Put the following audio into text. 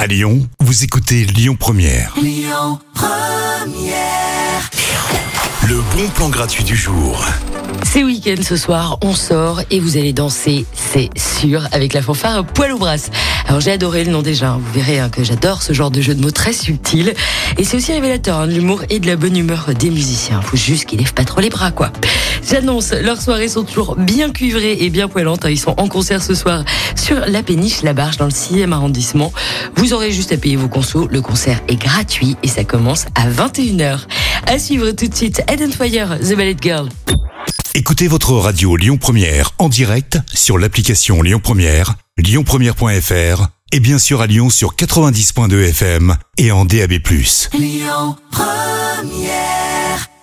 À Lyon, vous écoutez Lyon Première. Lyon Première. Le bon plan gratuit du jour. C'est week-end ce soir, on sort et vous allez danser, c'est sûr, avec la fanfare Poil aux Brasses. Alors j'ai adoré le nom déjà, vous verrez que j'adore ce genre de jeu de mots très subtil. Et c'est aussi révélateur de l'humour et de la bonne humeur des musiciens. Faut juste qu'ils lèvent pas trop les bras, quoi. J'annonce, leurs soirées sont toujours bien cuivrées et bien poilantes. Ils sont en concert ce soir sur la péniche La Barge dans le 6e arrondissement. Vous aurez juste à payer vos consos. Le concert est gratuit et ça commence à 21h. À suivre tout de suite, Head and Fire, The Ballet Girl. Écoutez votre radio Lyon Première en direct sur l'application Lyon Première, lyonpremière.fr et bien sûr à Lyon sur 90.2 FM et en DAB+. Lyon Première.